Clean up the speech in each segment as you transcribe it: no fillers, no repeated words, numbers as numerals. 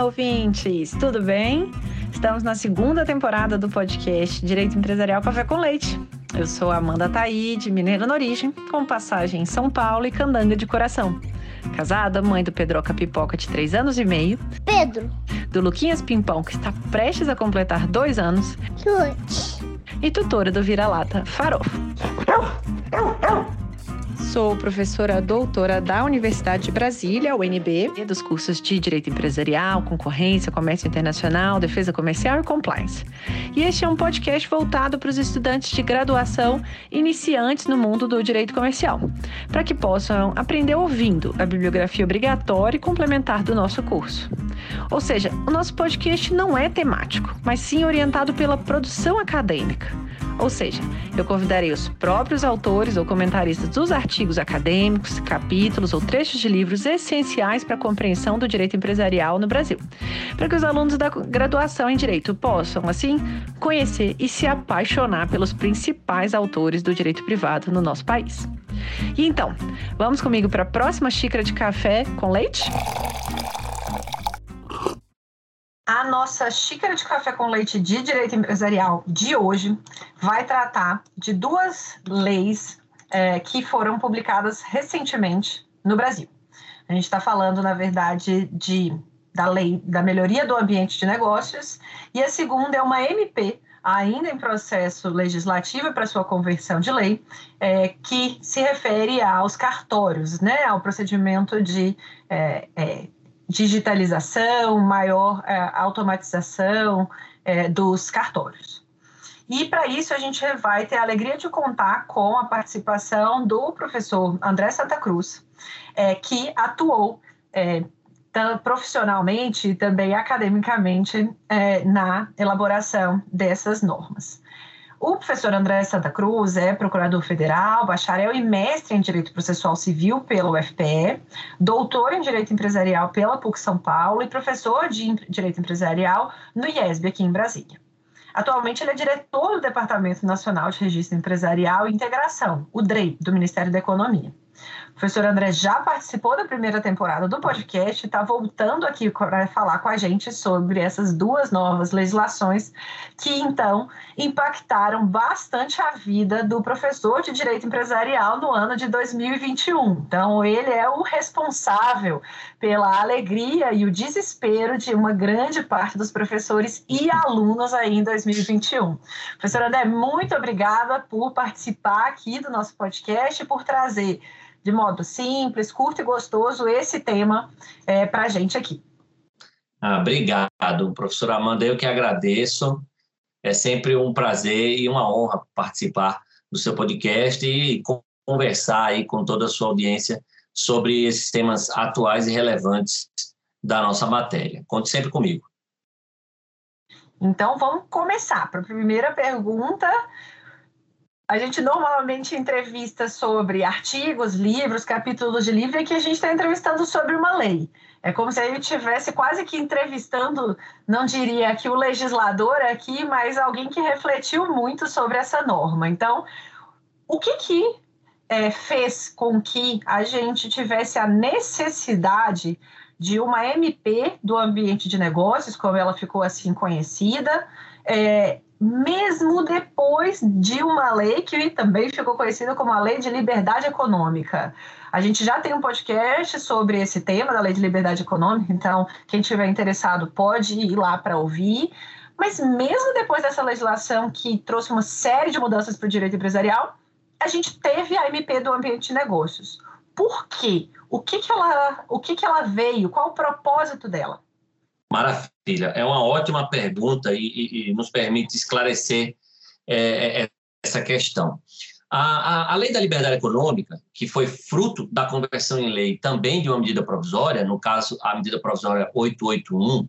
ouvintes! Tudo bem? Estamos na segunda temporada do podcast Direito Empresarial Café com Leite. Eu sou Amanda Taide, mineira na origem, com passagem em São Paulo e candanga de coração. Casada, mãe do Pedroca Pipoca de 3 anos e meio. Pedro. Do Luquinhas Pimpão, que está prestes a completar 2 anos. Chute. E tutora do Vira-Lata Farofo. Sou professora doutora da Universidade de Brasília, UNB, dos cursos de Direito Empresarial, Concorrência, Comércio Internacional, Defesa Comercial e Compliance. E este é um podcast voltado para os estudantes de graduação iniciantes no mundo do direito comercial, para que possam aprender ouvindo a bibliografia obrigatória e complementar do nosso curso. Ou seja, o nosso podcast não é temático, mas sim orientado pela produção acadêmica. Ou seja, eu convidarei os próprios autores ou comentaristas dos artigos acadêmicos, capítulos ou trechos de livros essenciais para a compreensão do direito empresarial no Brasil, para que os alunos da graduação em Direito possam, assim, conhecer e se apaixonar pelos principais autores do direito privado no nosso país. E então, vamos comigo para a próxima xícara de café com leite? A nossa xícara de café com leite de direito empresarial de hoje vai tratar de 2 leis que foram publicadas recentemente no Brasil. A gente está falando, na verdade, da lei da melhoria do ambiente de negócios, e a segunda é uma MP, ainda em processo legislativo para sua conversão de lei, que se refere aos cartórios, né, ao procedimento de digitalização, maior automatização dos cartórios. E para isso a gente vai ter a alegria de contar com a participação do professor André Santa Cruz, que atuou profissionalmente e também academicamente na elaboração dessas normas. O professor André Santa Cruz é procurador federal, bacharel e mestre em Direito Processual Civil pela UFPE, doutor em Direito Empresarial pela PUC São Paulo e professor de Direito Empresarial no IESB aqui em Brasília. Atualmente ele é diretor do Departamento Nacional de Registro Empresarial e Integração, o DREI, do Ministério da Economia. O professor André já participou da primeira temporada do podcast e está voltando aqui para falar com a gente sobre essas 2 novas legislações que, então, impactaram bastante a vida do professor de Direito Empresarial no ano de 2021. Então, ele é o responsável pela alegria e o desespero de uma grande parte dos professores e alunos aí em 2021. Professor André, muito obrigada por participar aqui do nosso podcast e por trazer de modo simples, curto e gostoso, esse tema para a gente aqui. Obrigado, professora Amanda, eu que agradeço. É sempre um prazer e uma honra participar do seu podcast e conversar aí com toda a sua audiência sobre esses temas atuais e relevantes da nossa matéria. Conte sempre comigo. Então, vamos começar. Para a primeira pergunta, a gente normalmente entrevista sobre artigos, livros, capítulos de livro, e aqui a gente está entrevistando sobre uma lei. É como se a gente estivesse quase que entrevistando, não diria que o legislador aqui, mas alguém que refletiu muito sobre essa norma. Então, o que fez com que a gente tivesse a necessidade de uma MP do ambiente de negócios, como ela ficou assim conhecida, mesmo depois de uma lei que também ficou conhecida como a Lei de Liberdade Econômica? A gente já tem um podcast sobre esse tema da Lei de Liberdade Econômica, então quem estiver interessado pode ir lá para ouvir. Mas mesmo depois dessa legislação que trouxe uma série de mudanças para o direito empresarial, a gente teve a MP do ambiente de negócios. Por quê? O que ela veio? Qual o propósito dela? Maravilha, é uma ótima pergunta e nos permite esclarecer essa questão. A Lei da Liberdade Econômica, que foi fruto da conversão em lei também de uma medida provisória, no caso a medida provisória 881,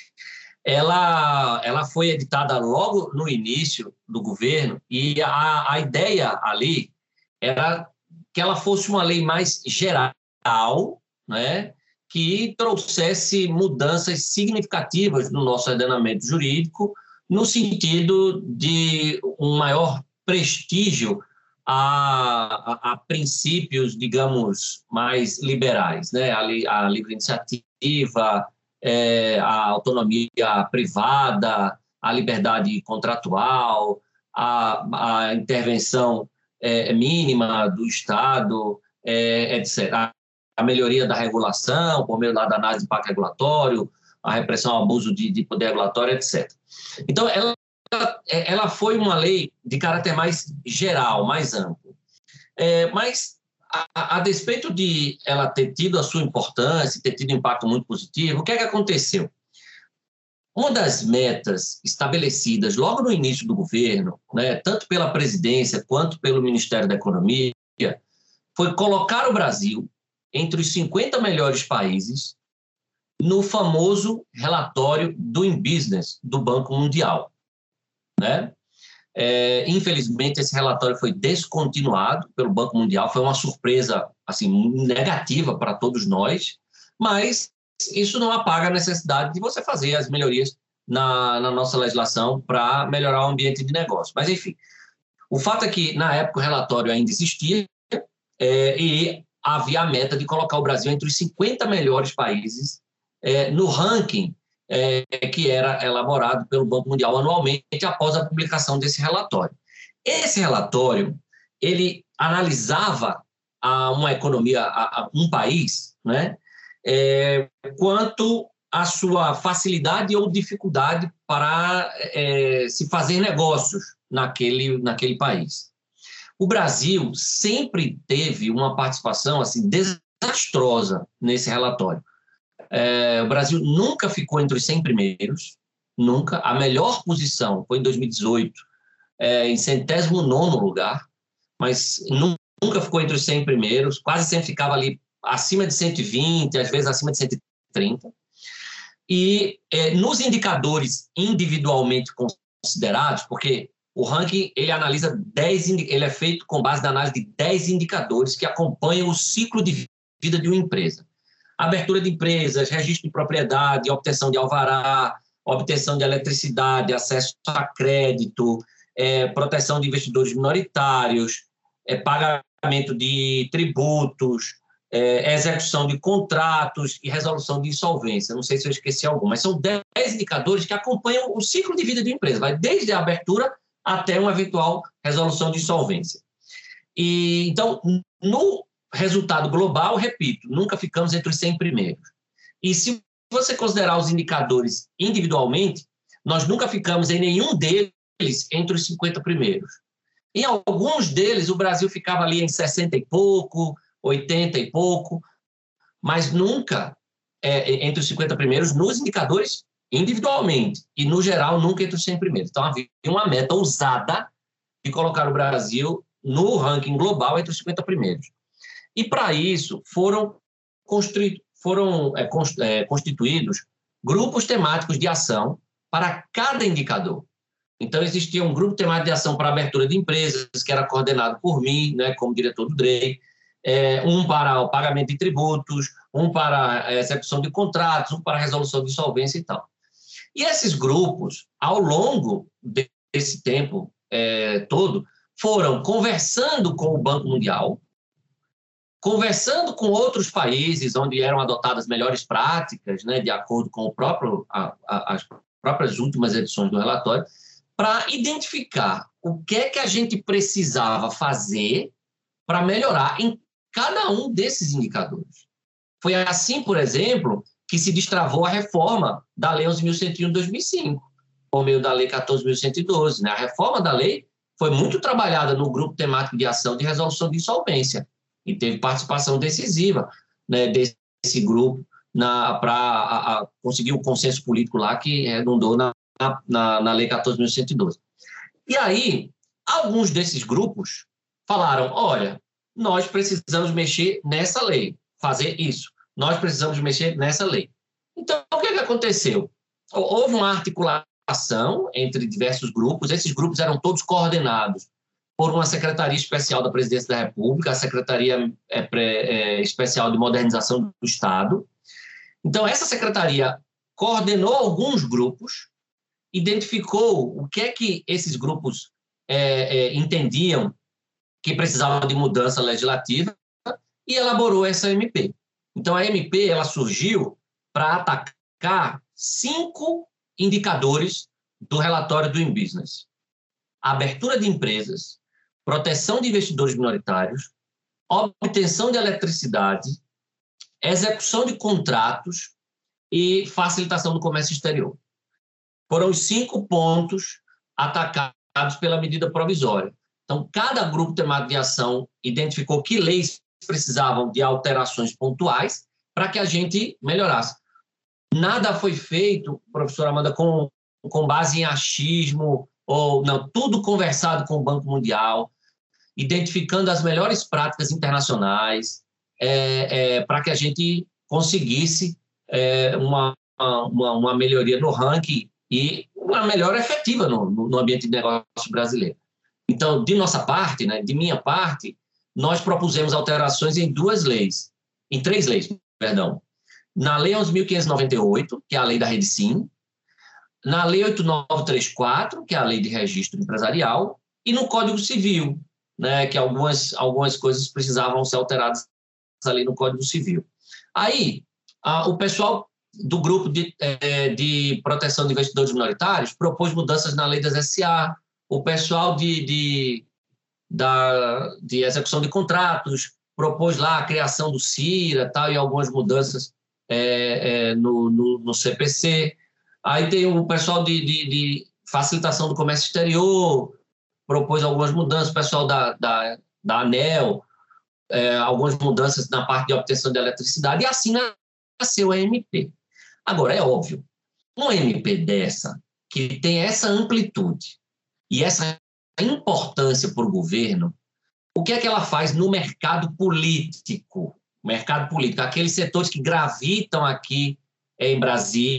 ela foi editada logo no início do governo e a ideia ali era que ela fosse uma lei mais geral, né, que trouxesse mudanças significativas no nosso ordenamento jurídico, no sentido de um maior prestígio a princípios, digamos, mais liberais, né? A livre iniciativa, a autonomia privada, a liberdade contratual, a intervenção mínima do Estado, etc. A melhoria da regulação, por meio da análise de impacto regulatório, a repressão ao abuso de poder regulatório, etc. Então, ela foi uma lei de caráter mais geral, mais amplo. Mas, a despeito de ela ter tido a sua importância, ter tido um impacto muito positivo, o que é que aconteceu? Uma das metas estabelecidas logo no início do governo, né, tanto pela presidência quanto pelo Ministério da Economia, foi colocar o Brasil entre os 50 melhores países no famoso relatório Doing Business do Banco Mundial, né? Infelizmente, esse relatório foi descontinuado pelo Banco Mundial, foi uma surpresa assim, negativa para todos nós, mas isso não apaga a necessidade de você fazer as melhorias na nossa legislação para melhorar o ambiente de negócio. Mas, enfim, o fato é que, na época, o relatório ainda existia e havia a meta de colocar o Brasil entre os 50 melhores países no ranking que era elaborado pelo Banco Mundial anualmente após a publicação desse relatório. Esse relatório, ele analisava uma economia, um país, né, quanto à sua facilidade ou dificuldade para se fazer negócios naquele país. O Brasil sempre teve uma participação assim, desastrosa nesse relatório. O Brasil nunca ficou entre os 100 primeiros, nunca. A melhor posição foi em 2018, em 109º lugar, mas nunca ficou entre os 100 primeiros, quase sempre ficava ali acima de 120, às vezes acima de 130. E nos indicadores individualmente considerados, porque o ranking ele analisa ele é feito com base na análise de 10 indicadores que acompanham o ciclo de vida de uma empresa. Abertura de empresas, registro de propriedade, obtenção de alvará, obtenção de eletricidade, acesso a crédito, proteção de investidores minoritários, pagamento de tributos, execução de contratos e resolução de insolvência. Não sei se eu esqueci algum, mas são 10 indicadores que acompanham o ciclo de vida de uma empresa, vai desde a abertura até uma eventual resolução de insolvência. Então, no resultado global, repito, nunca ficamos entre os 100 primeiros. E se você considerar os indicadores individualmente, nós nunca ficamos em nenhum deles entre os 50 primeiros. Em alguns deles, o Brasil ficava ali em 60 e pouco, 80 e pouco, mas nunca entre os 50 primeiros nos indicadores individualmente, e no geral nunca entre os 100 primeiros. Então havia uma meta ousada de colocar o Brasil no ranking global entre os 50 primeiros. E para isso foram constituídos grupos temáticos de ação para cada indicador. Então existia um grupo temático de ação para a abertura de empresas, que era coordenado por mim, né, como diretor do DREI, um para o pagamento de tributos, um para a execução de contratos, um para a resolução de insolvência e tal. E esses grupos, ao longo desse tempo todo, foram conversando com o Banco Mundial, conversando com outros países onde eram adotadas melhores práticas, né, de acordo com as próprias últimas edições do relatório, para identificar o que é que a gente precisava fazer para melhorar em cada um desses indicadores. Foi assim, por exemplo, que se destravou a reforma da Lei 11.101 de 2005, por meio da Lei 14.112. Né? A reforma da lei foi muito trabalhada no grupo temático de ação de resolução de insolvência e teve participação decisiva, né, desse grupo para conseguir o consenso político lá que redundou na Lei 14.112. E aí, alguns desses grupos falaram, olha, nós precisamos mexer nessa lei, fazer isso. Nós precisamos mexer nessa lei. Então, o que aconteceu? Houve uma articulação entre diversos grupos. Esses grupos eram todos coordenados por uma Secretaria Especial da Presidência da República, a Secretaria Especial de Modernização do Estado. Então, essa secretaria coordenou alguns grupos, identificou o que é que esses grupos entendiam que precisava de mudança legislativa e elaborou essa MP. Então, a MP ela surgiu para atacar destacar 5 indicadores do relatório Doing Business: abertura de empresas, proteção de investidores minoritários, obtenção de eletricidade, execução de contratos e facilitação do comércio exterior. Foram os 5 pontos atacados pela medida provisória. Então, cada grupo temático de ação identificou que leis precisavam de alterações pontuais para que a gente melhorasse. Nada foi feito, professora Amanda, com base em achismo, ou não, tudo conversado com o Banco Mundial, identificando as melhores práticas internacionais, para que a gente conseguisse uma melhoria no ranking e uma melhora efetiva no ambiente de negócio brasileiro. Então, de nossa parte, né, de minha parte, nós propusemos alterações em 3 leis, perdão. Na Lei 11.598, que é a lei da Rede Sim, na Lei 8.934, que é a lei de registro empresarial, e no Código Civil, né, que algumas coisas precisavam ser alteradas ali no Código Civil. Aí, o pessoal do grupo de proteção de investidores minoritários propôs mudanças na lei das SA, o pessoal de execução de contratos propôs lá a criação do CIRA tal, e algumas mudanças no CPC. Aí tem o pessoal de facilitação do comércio exterior, propôs algumas mudanças, o pessoal da ANEEL, algumas mudanças na parte de obtenção de eletricidade, e assim nasceu a MP. Agora, é óbvio, uma MP dessa, que tem essa amplitude e essa importância para o governo, o que é que ela faz no mercado político? Mercado político, aqueles setores que gravitam aqui em Brasília,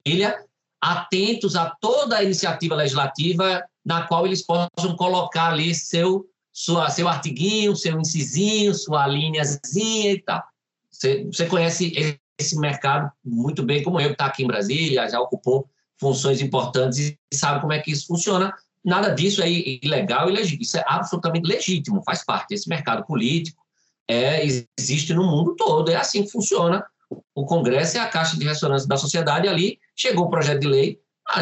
atentos a toda a iniciativa legislativa na qual eles possam colocar ali seu artiguinho, seu incisinho, sua linhazinha e tal. Você conhece esse mercado muito bem, como eu, que está aqui em Brasília, já ocupou funções importantes e sabe como é que isso funciona. Nada disso é ilegal e legítimo, isso é absolutamente legítimo, faz parte desse mercado político, existe no mundo todo, é assim que funciona. O Congresso é a caixa de ressonância da sociedade, e ali chegou o projeto de lei,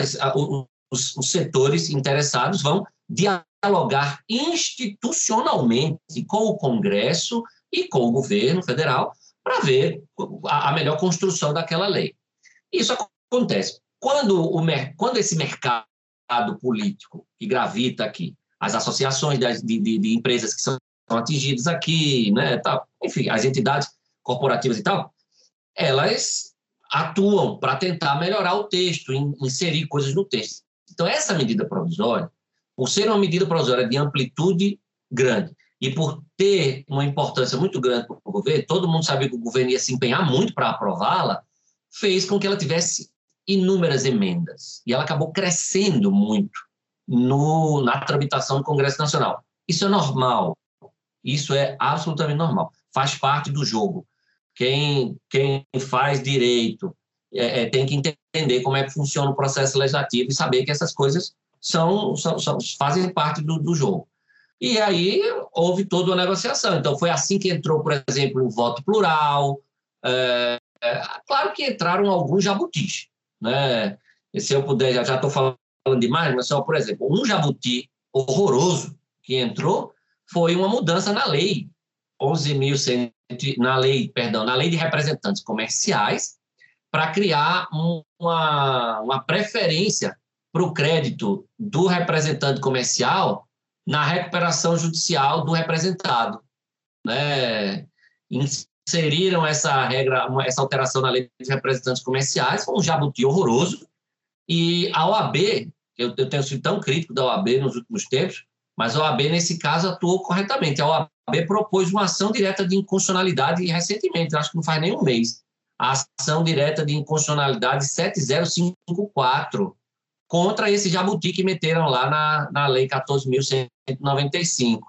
os setores interessados vão dialogar institucionalmente com o Congresso e com o governo federal para ver a melhor construção daquela lei. Isso acontece. Quando esse mercado político que gravita aqui, as associações de empresas que são atingidas aqui, né, tal, enfim, as entidades corporativas e tal, elas atuam para tentar melhorar o texto, inserir coisas no texto. Então, essa medida provisória, por ser uma medida provisória de amplitude grande e por ter uma importância muito grande para o governo, todo mundo sabia que o governo ia se empenhar muito para aprová-la, fez com que ela tivesse inúmeras emendas. E ela acabou crescendo muito na tramitação do Congresso Nacional. Isso é normal. Isso é absolutamente normal. Faz parte do jogo. Quem faz direito tem que entender como é que funciona o processo legislativo e saber que essas coisas fazem parte do jogo. E aí houve toda uma negociação. Então, foi assim que entrou, por exemplo, o voto plural. Claro que entraram alguns jabutis, né? E se eu puder, já estou falando demais, mas só, por exemplo, um jabuti horroroso que entrou foi uma mudança na lei 11.100, na lei de representantes comerciais, para criar uma preferência para o crédito do representante comercial na recuperação judicial do representado, né? Inseriram essa regra, essa alteração na lei de representantes comerciais, foi um jabuti horroroso, e a OAB, eu tenho sido tão crítico da OAB nos últimos tempos, mas a OAB, nesse caso, atuou corretamente. A OAB propôs uma ação direta de inconstitucionalidade recentemente, acho que não faz nem um mês, a ação direta de inconstitucionalidade 7054, contra esse jabuti que meteram lá na Lei 14.195.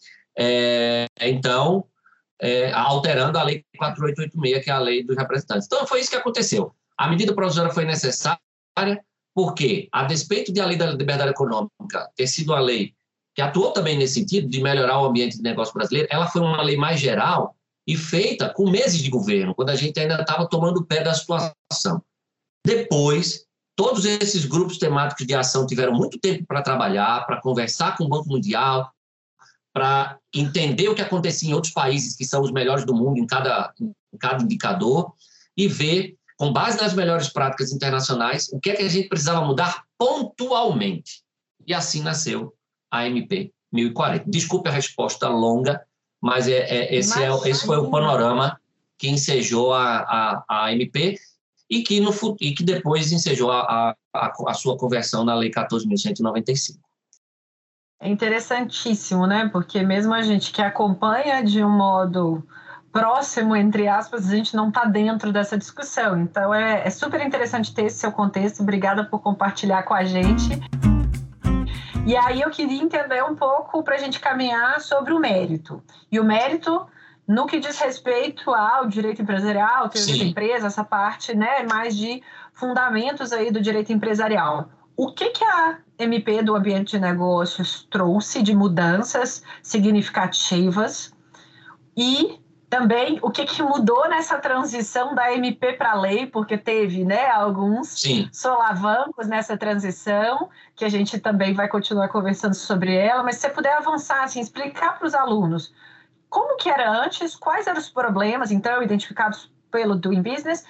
Então, alterando a Lei 4886, que é a Lei dos Representantes. Então, foi isso que aconteceu. A medida provisória foi necessária porque, a despeito de a Lei da Liberdade Econômica ter sido uma lei que atuou também nesse sentido de melhorar o ambiente de negócio brasileiro, ela foi uma lei mais geral e feita com meses de governo, quando a gente ainda estava tomando o pé da situação. Depois, todos esses grupos temáticos de ação tiveram muito tempo para trabalhar, para conversar com o Banco Mundial, para entender o que acontecia em outros países que são os melhores do mundo em cada indicador e ver, com base nas melhores práticas internacionais, o que é que a gente precisava mudar pontualmente. E assim nasceu a MP 1040. Desculpe a resposta longa, mas esse foi o panorama que ensejou a MP e que depois ensejou a sua conversão na Lei 14.195. É interessantíssimo, né? Porque mesmo a gente que acompanha de um modo próximo, entre aspas, a gente não está dentro dessa discussão. Então, é super interessante ter esse seu contexto. Obrigada por compartilhar com a gente. E aí eu queria entender um pouco para a gente caminhar sobre o mérito. E o mérito no que diz respeito ao direito empresarial, teoria da empresa, essa parte, né, mais de fundamentos aí do direito empresarial. O que a MP do Ambiente de Negócios trouxe de mudanças significativas e também o que mudou nessa transição da MP para a lei, porque teve, né, alguns solavancos nessa transição, que a gente também vai continuar conversando sobre ela, mas se você puder avançar, assim, explicar para os alunos como que era antes, quais eram os problemas, então, identificados pelo Doing Business,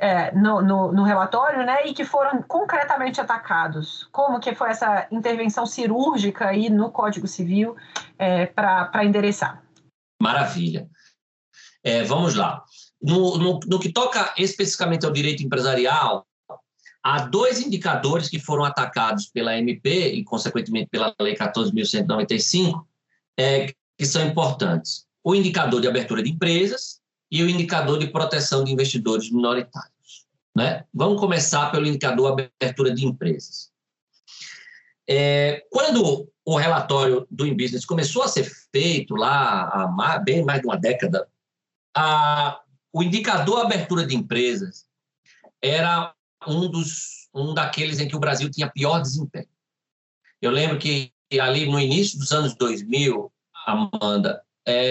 no relatório, né, e que foram concretamente atacados. Como que foi essa intervenção cirúrgica aí no Código Civil para endereçar? Maravilha. Vamos lá. No que toca especificamente ao direito empresarial, há dois indicadores que foram atacados pela MP e, consequentemente, pela Lei 14.195, que são importantes. O indicador de abertura de empresas e o indicador de proteção de investidores minoritários, né? Vamos começar pelo indicador de abertura de empresas. Quando o relatório do Doing Business começou a ser feito lá há bem mais de uma década, o indicador de abertura de empresas era um daqueles em que o Brasil tinha pior desempenho. Eu lembro que ali no início dos anos 2000, Amanda,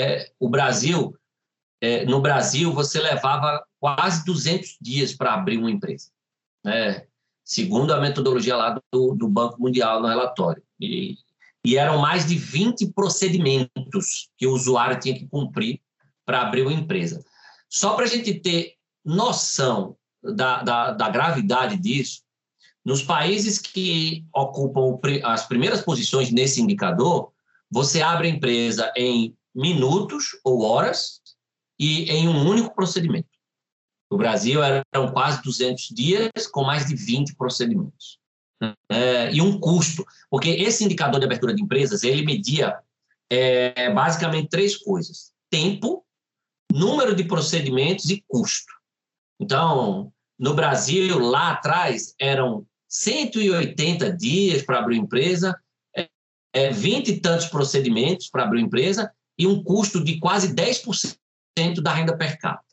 no Brasil você levava quase 200 dias para abrir uma empresa, né? Segundo a metodologia lá do Banco Mundial no relatório. E eram mais de 20 procedimentos que o usuário tinha que cumprir para abrir uma empresa. Só para a gente ter noção da gravidade disso, nos países que ocupam as primeiras posições nesse indicador, você abre a empresa em minutos ou horas e em um único procedimento. No Brasil eram quase 200 dias com mais de 20 procedimentos. E um custo, porque esse indicador de abertura de empresas, ele media basicamente três coisas: tempo, número de procedimentos e custo. Então, no Brasil, lá atrás, eram 180 dias para abrir empresa, 20 e tantos procedimentos para abrir empresa e um custo de quase 10% da renda per capita.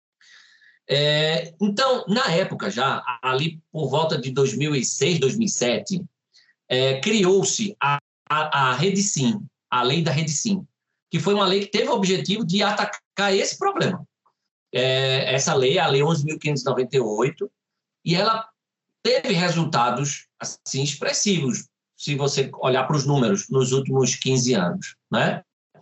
Então, na época já, ali por volta de 2006, 2007, criou-se a REDSIM, a lei da REDSIM, que foi uma lei que teve o objetivo de atacar esse problema. Essa lei é a Lei 11.598, e ela teve resultados assim, expressivos, se você olhar para os números, nos últimos 15 anos, né?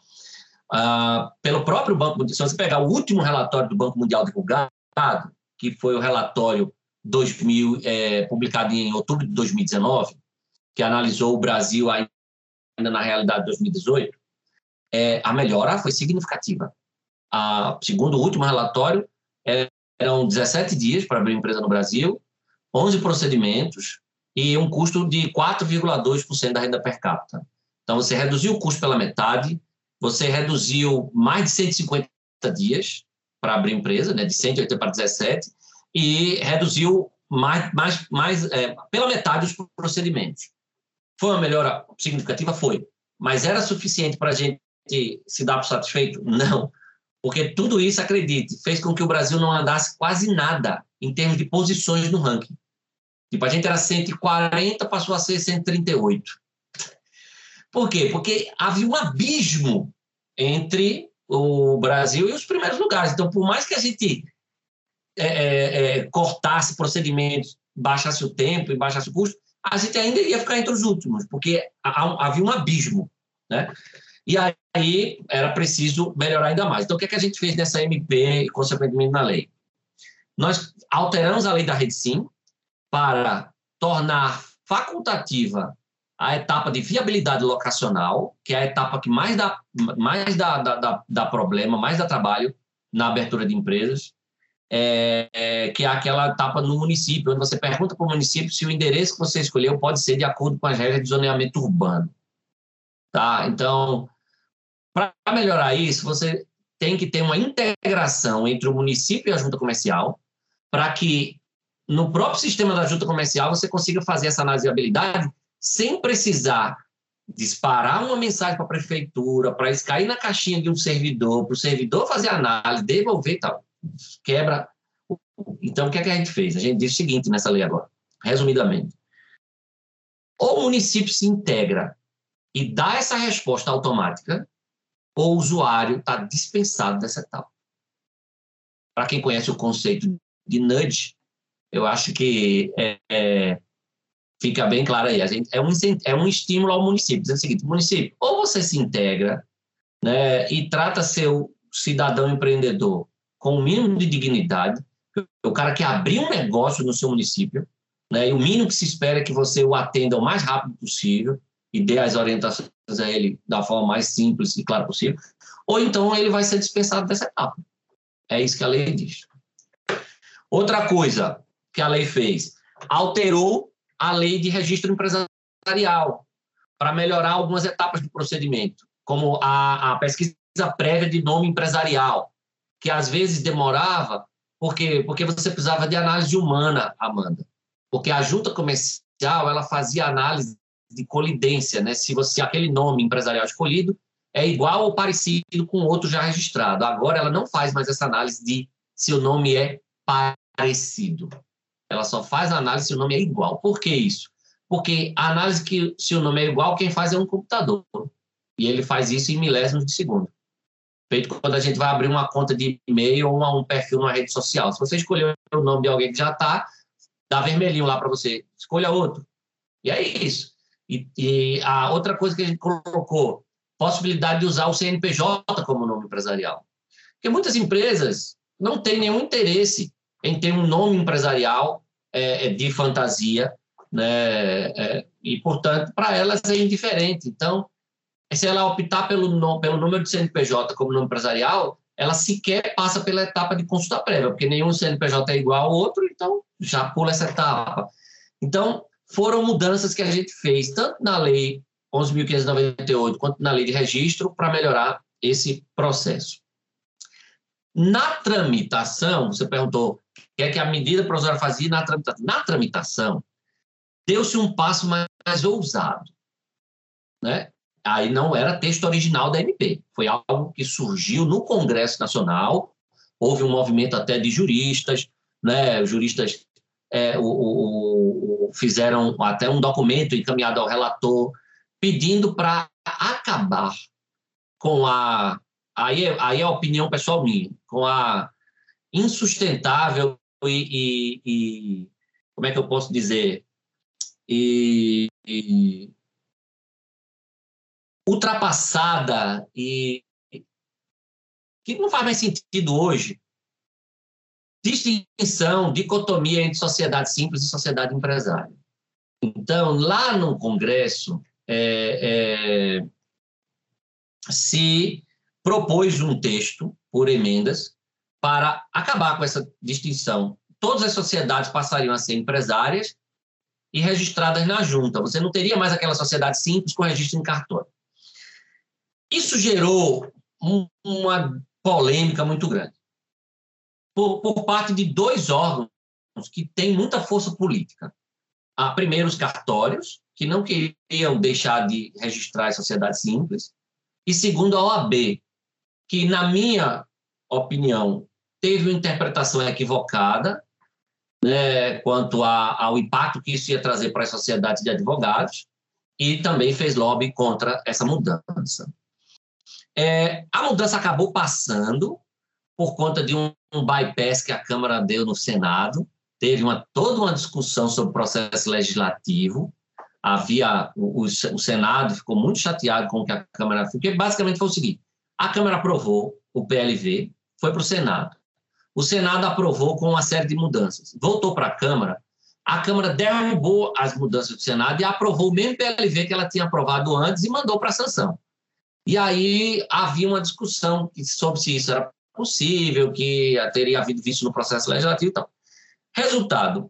Pelo próprio Banco Mundial, se você pegar o último relatório do Banco Mundial divulgado, que foi o relatório 2000, publicado em outubro de 2019, que analisou o Brasil ainda na realidade de 2018, a melhora foi significativa. Segundo o último relatório, eram 17 dias para abrir empresa no Brasil, 11 procedimentos e um custo de 4,2% da renda per capita. Então, você reduziu o custo pela metade, você reduziu mais de 150 dias para abrir empresa, né, de 180 para 17, e reduziu pela metade os procedimentos. Foi uma melhora significativa? Foi. Mas era suficiente para a gente se dar por satisfeito? Não. Porque tudo isso, acredite, fez com que o Brasil não andasse quase nada em termos de posições no ranking. Tipo, a gente era 140, passou a ser 138. Por quê? Porque havia um abismo entre o Brasil e os primeiros lugares. Então, por mais que a gente cortasse procedimentos, baixasse o tempo e baixasse o custo, a gente ainda ia ficar entre os últimos, porque havia um abismo, né? E aí era preciso melhorar ainda mais. Então, o que é que a gente fez nessa MP e, consequentemente, na lei? Nós alteramos a lei da Rede Sim para tornar facultativa a etapa de viabilidade locacional, que é a etapa que mais dá problema, mais dá trabalho na abertura de empresas, que é aquela etapa no município, onde você pergunta para o município se o endereço que você escolheu pode ser de acordo com as regras de zoneamento urbano. Tá? Então, para melhorar isso, você tem que ter uma integração entre o município e a junta comercial, para que no próprio sistema da junta comercial você consiga fazer essa análise de viabilidade sem precisar disparar uma mensagem para a prefeitura, para isso cair na caixinha de um servidor, para o servidor fazer a análise, devolver e tal. Quebra. Então, o que é que a gente fez? A gente disse o seguinte nessa lei agora, resumidamente. Ou o município se integra e dá essa resposta automática, ou o usuário está dispensado dessa etapa. Para quem conhece o conceito de nudge, eu acho que fica bem claro aí. É um estímulo ao município, dizendo o seguinte: município, ou você se integra, né, e trata seu cidadão empreendedor com o mínimo de dignidade, o cara que abrir um negócio no seu município, né, e o mínimo que se espera é que você o atenda o mais rápido possível e dê as orientações a ele da forma mais simples e clara possível, ou então ele vai ser dispensado dessa etapa. É isso que a lei diz. Outra coisa que a lei fez, alterou a lei de registro empresarial para melhorar algumas etapas do procedimento, como a pesquisa prévia de nome empresarial, que às vezes demorava porque você precisava de análise humana, Amanda, porque a junta comercial ela fazia análise de colidência, né? Se aquele nome empresarial escolhido é igual ou parecido com outro já registrado. Agora ela não faz mais essa análise de se o nome é parecido. Ela só faz a análise se o nome é igual. Por que isso? Porque a análise que se o nome é igual, quem faz é um computador. E ele faz isso em milésimos de segundo. Feito quando a gente vai abrir uma conta de e-mail ou um perfil numa rede social. Se você escolher o nome de alguém que já está, dá vermelhinho lá para você. Escolha outro. E é isso. E a outra coisa que a gente colocou, possibilidade de usar o CNPJ como nome empresarial. Porque muitas empresas não têm nenhum interesse em ter um nome empresarial de fantasia, né? E, portanto, para elas é indiferente. Então, se ela optar pelo número de CNPJ como nome empresarial, ela sequer passa pela etapa de consulta prévia, porque nenhum CNPJ é igual ao outro, então já pula essa etapa. Então, foram mudanças que a gente fez, tanto na Lei 11.598, quanto na Lei de Registro, para melhorar esse processo. Na tramitação, você perguntou o que é que a medida provisória fazia na tramitação. Na tramitação, deu-se um passo mais ousado, né? Aí não era texto original da MP, foi algo que surgiu no Congresso Nacional, houve um movimento até de juristas, né? Os juristas fizeram até um documento encaminhado ao relator, pedindo para acabar com aí é a opinião pessoal minha, com a insustentável e como é que eu posso dizer, ultrapassada e que não faz mais sentido hoje, distinção, dicotomia entre sociedade simples e sociedade empresária. Então, lá no Congresso, se propôs um texto, por emendas, para acabar com essa distinção. Todas as sociedades passariam a ser empresárias e registradas na junta. Você não teria mais aquela sociedade simples com registro em cartório. Isso gerou uma polêmica muito grande por parte de dois órgãos que têm muita força política. Primeiro, os cartórios, que não queriam deixar de registrar as sociedades simples, e segundo, a OAB, que, na minha opinião, teve uma interpretação equivocada, né, quanto ao impacto que isso ia trazer para as sociedades de advogados, e também fez lobby contra essa mudança. A mudança acabou passando, por conta de um bypass que a Câmara deu no Senado. Teve toda uma discussão sobre o processo legislativo. O Senado ficou muito chateado com o que a Câmara fez, porque basicamente foi o seguinte: a Câmara aprovou o PLV, foi para o Senado. O Senado aprovou com uma série de mudanças. Voltou para a Câmara derrubou as mudanças do Senado e aprovou o mesmo PLV que ela tinha aprovado antes e mandou para a sanção. E aí havia uma discussão sobre se isso era possível, que teria havido vício no processo legislativo e tal. Resultado,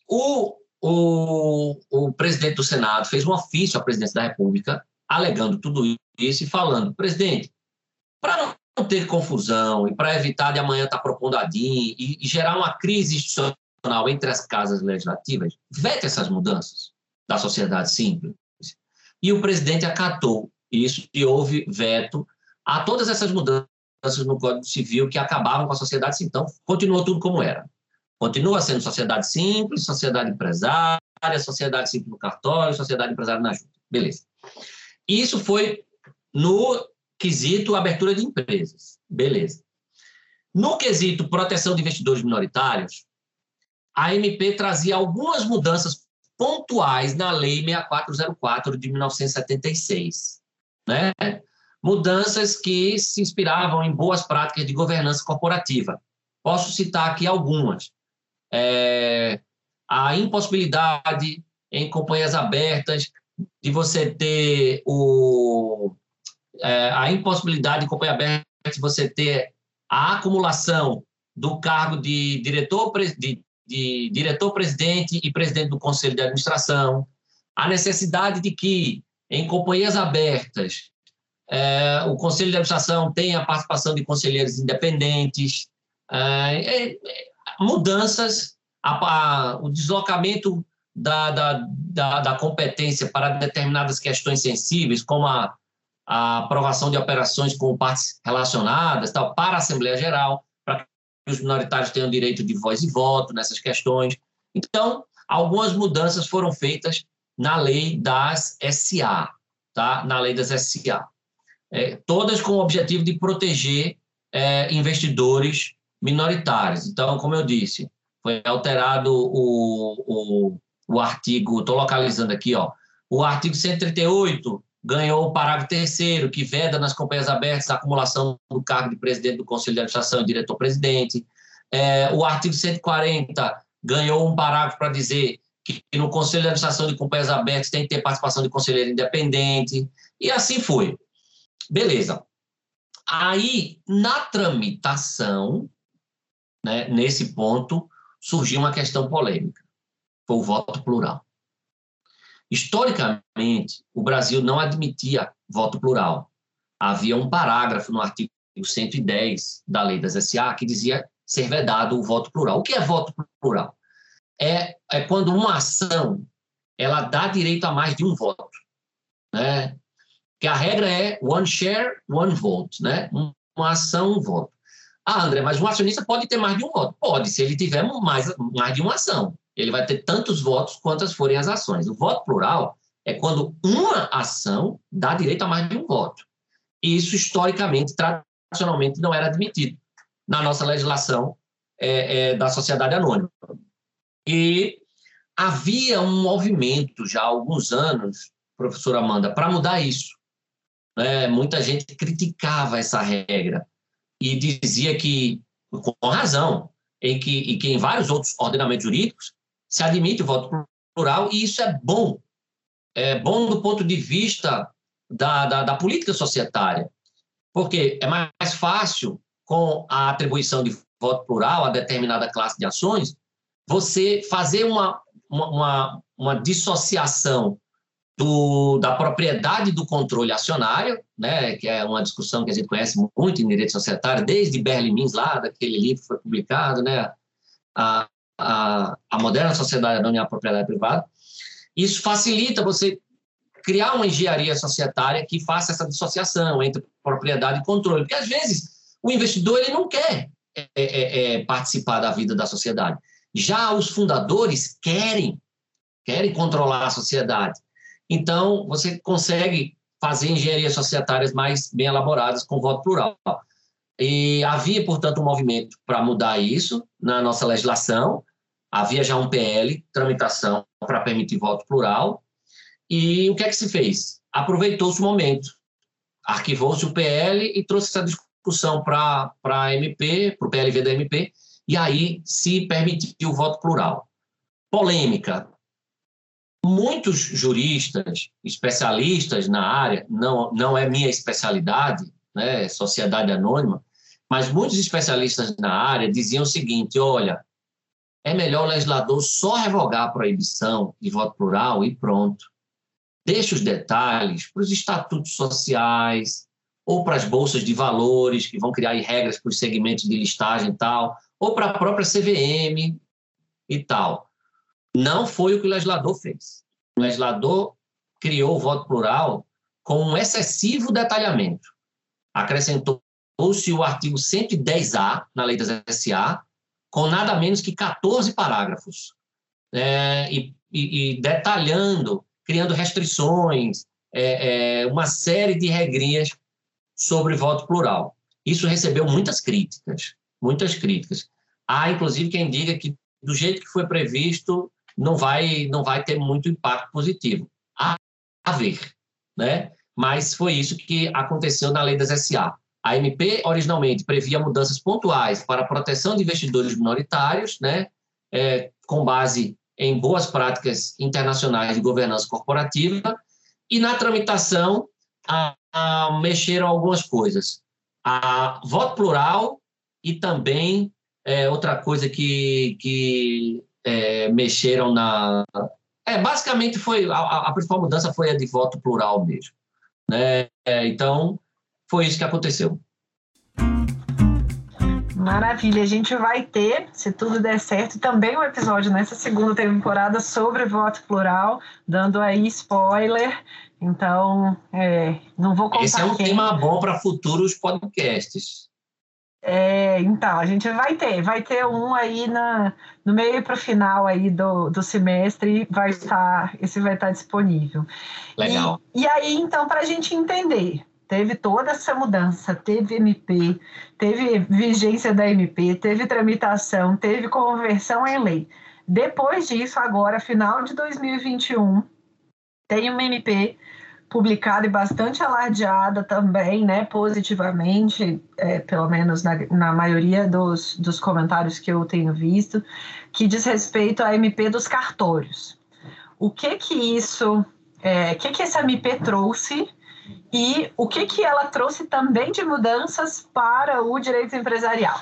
o presidente do Senado fez um ofício à presidência da República, alegando tudo isso e falando: presidente, para não ter confusão e para evitar de amanhã estar propondo a DIN e gerar uma crise institucional entre as casas legislativas, vete essas mudanças da sociedade simples. E o presidente acatou isso e houve veto a todas essas mudanças no Código Civil que acabavam com a sociedade simples. Então, continuou tudo como era. Continua sendo sociedade simples, sociedade empresária, sociedade simples no cartório, sociedade empresária na junta. Beleza. Isso foi no quesito abertura de empresas. Beleza. No quesito proteção de investidores minoritários, a MP trazia algumas mudanças pontuais na Lei 6404 de 1976, né? Mudanças que se inspiravam em boas práticas de governança corporativa. Posso citar aqui algumas. A impossibilidade em companhias abertas de você ter a impossibilidade em companhia aberta de você ter a acumulação do cargo de diretor-presidente e presidente do Conselho de Administração, a necessidade de que, em companhias abertas, o Conselho de Administração tenha a participação de conselheiros independentes, mudanças, o deslocamento da competência para determinadas questões sensíveis, como a aprovação de operações com partes relacionadas, tal, para a Assembleia Geral, para que os minoritários tenham direito de voz e voto nessas questões. Então, algumas mudanças foram feitas na lei das SA, tá? Na lei das SA. Todas com o objetivo de proteger investidores minoritários. Então, como eu disse, foi alterado o artigo, estou localizando aqui, o artigo 138 ganhou o parágrafo 3º, que veda nas companhias abertas a acumulação do cargo de presidente do Conselho de Administração e diretor-presidente. O artigo 140 ganhou um parágrafo para dizer que no Conselho de Administração de companhias abertas tem que ter participação de conselheiro independente, e assim foi. Beleza. Aí, na tramitação, né, nesse ponto, surgiu uma questão polêmica. Foi o voto plural. Historicamente, o Brasil não admitia voto plural. Havia um parágrafo no artigo 110 da Lei das SA que dizia ser vedado o voto plural. O que é voto plural? É quando uma ação ela dá direito a mais de um voto, né? Que a regra é one share, one vote, né? Uma ação, um voto. André, mas um acionista pode ter mais de um voto? Pode, se ele tiver mais de uma ação. Ele vai ter tantos votos quantas forem as ações. O voto plural é quando uma ação dá direito a mais de um voto. E isso, historicamente, tradicionalmente, não era admitido na nossa legislação da sociedade anônima. E havia um movimento já há alguns anos, professora Amanda, para mudar isso. Muita gente criticava essa regra e dizia que, com razão, que em vários outros ordenamentos jurídicos se admite o voto plural, e isso é bom. É bom do ponto de vista da política societária, porque é mais fácil, com a atribuição de voto plural a determinada classe de ações, você fazer uma dissociação da propriedade do controle acionário, né, que é uma discussão que a gente conhece muito em direito societário, desde Berlimins, lá, daquele livro que foi publicado, né, a moderna sociedade anônima e a propriedade privada. Isso facilita você criar uma engenharia societária que faça essa dissociação entre propriedade e controle, porque, às vezes, o investidor ele não quer participar da vida da sociedade. Já os fundadores querem controlar a sociedade. Então, você consegue fazer engenharias societárias mais bem elaboradas com voto plural. E havia, portanto, um movimento para mudar isso na nossa legislação. Havia já um PL, tramitação para permitir voto plural. E o que é que se fez? Aproveitou-se o momento. Arquivou-se o PL e trouxe essa discussão para a MP, para o PLV da MP, e aí se permitiu o voto plural. Polêmica. Muitos juristas, especialistas na área, não é minha especialidade, né, sociedade anônima, mas muitos especialistas na área diziam o seguinte: olha, é melhor o legislador só revogar a proibição de voto plural e pronto. Deixa os detalhes para os estatutos sociais ou para as bolsas de valores, que vão criar regras para os segmentos de listagem e tal, ou para a própria CVM e tal. Não foi o que o legislador fez. O legislador criou o voto plural com um excessivo detalhamento. Acrescentou-se o artigo 110A na Lei das SA, com nada menos que 14 parágrafos, e detalhando, criando restrições, uma série de regrinhas sobre voto plural. Isso recebeu muitas críticas, muitas críticas. Há, inclusive, quem diga que, do jeito que foi previsto, não vai ter muito impacto positivo. A ver, né? Mas foi isso que aconteceu na Lei das SA. A MP, originalmente, previa mudanças pontuais para a proteção de investidores minoritários, né? Com base em boas práticas internacionais de governança corporativa, e na tramitação mexeram algumas coisas. A voto plural e também outra coisa que mexeram na... basicamente, a principal mudança foi a de voto plural mesmo, né? Então, foi isso que aconteceu. Maravilha, a gente vai ter, se tudo der certo, também um episódio nessa segunda temporada sobre voto plural, dando aí spoiler. Então, não vou contar. Esse é um tema bom para futuros podcasts. Então, a gente vai ter um aí no meio para o final aí do semestre, esse vai estar disponível. Legal. E aí, então, para a gente entender, teve toda essa mudança, teve MP, teve vigência da MP, teve tramitação, teve conversão em lei. Depois disso, agora, final de 2021, tem uma MP publicada e bastante alardeada também, né, positivamente, pelo menos na maioria dos comentários que eu tenho visto, que diz respeito à MP dos cartórios. O que essa MP trouxe e o que ela trouxe também de mudanças para o direito empresarial?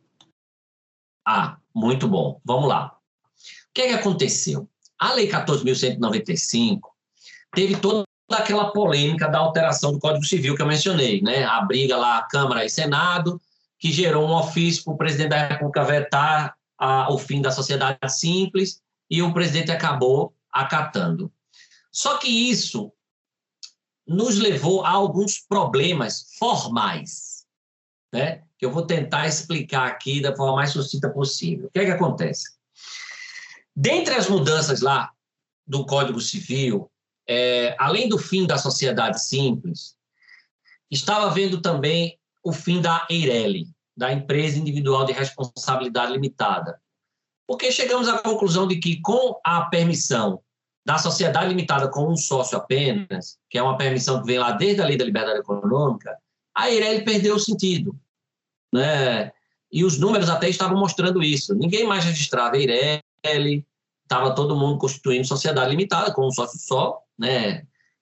Muito bom. Vamos lá. O que aconteceu? A Lei 14.195 teve toda aquela polêmica da alteração do Código Civil que eu mencionei, né? A briga lá, Câmara e Senado, que gerou um ofício para o presidente da República vetar o fim da sociedade simples, e o presidente acabou acatando. Só que isso nos levou a alguns problemas formais, né? Que eu vou tentar explicar aqui da forma mais sucinta possível. O que acontece? Dentre as mudanças lá do Código Civil, além do fim da sociedade simples, estava havendo também o fim da EIRELI, da Empresa Individual de Responsabilidade Limitada. Porque chegamos à conclusão de que, com a permissão da sociedade limitada com um sócio apenas, que é uma permissão que vem lá desde a Lei da Liberdade Econômica, a EIRELI perdeu o sentido, né? E os números até estavam mostrando isso. Ninguém mais registrava EIRELI, estava todo mundo constituindo sociedade limitada com um sócio só, né?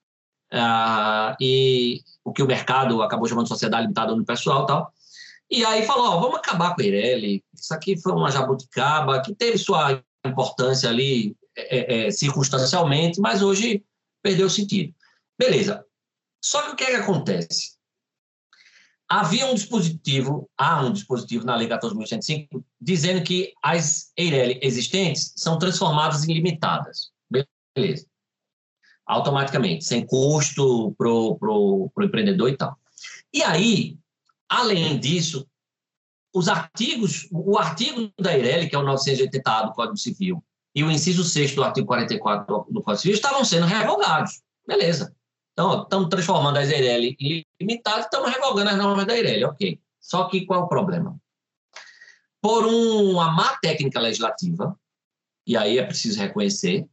E o que o mercado acabou chamando de sociedade limitada unipessoal e tal. E aí falou, vamos acabar com a EIRELI. Isso aqui foi uma jabuticaba que teve sua importância ali circunstancialmente, mas hoje perdeu o sentido. Beleza. Só que o que acontece? Há um dispositivo na Lei 14.105 dizendo que as EIRELI existentes são transformadas em limitadas. Beleza. Automaticamente, sem custo pro empreendedor e tal. E aí, além disso, o artigo da EIRELI, que é o 980A do Código Civil, e o inciso 6º do artigo 44 do Código Civil estavam sendo revogados. Beleza. Então, estamos transformando as EIRELI em limitadas, estamos revogando as normas da EIRELI, ok. Só que qual é o problema? Por uma má técnica legislativa, e aí é preciso reconhecer,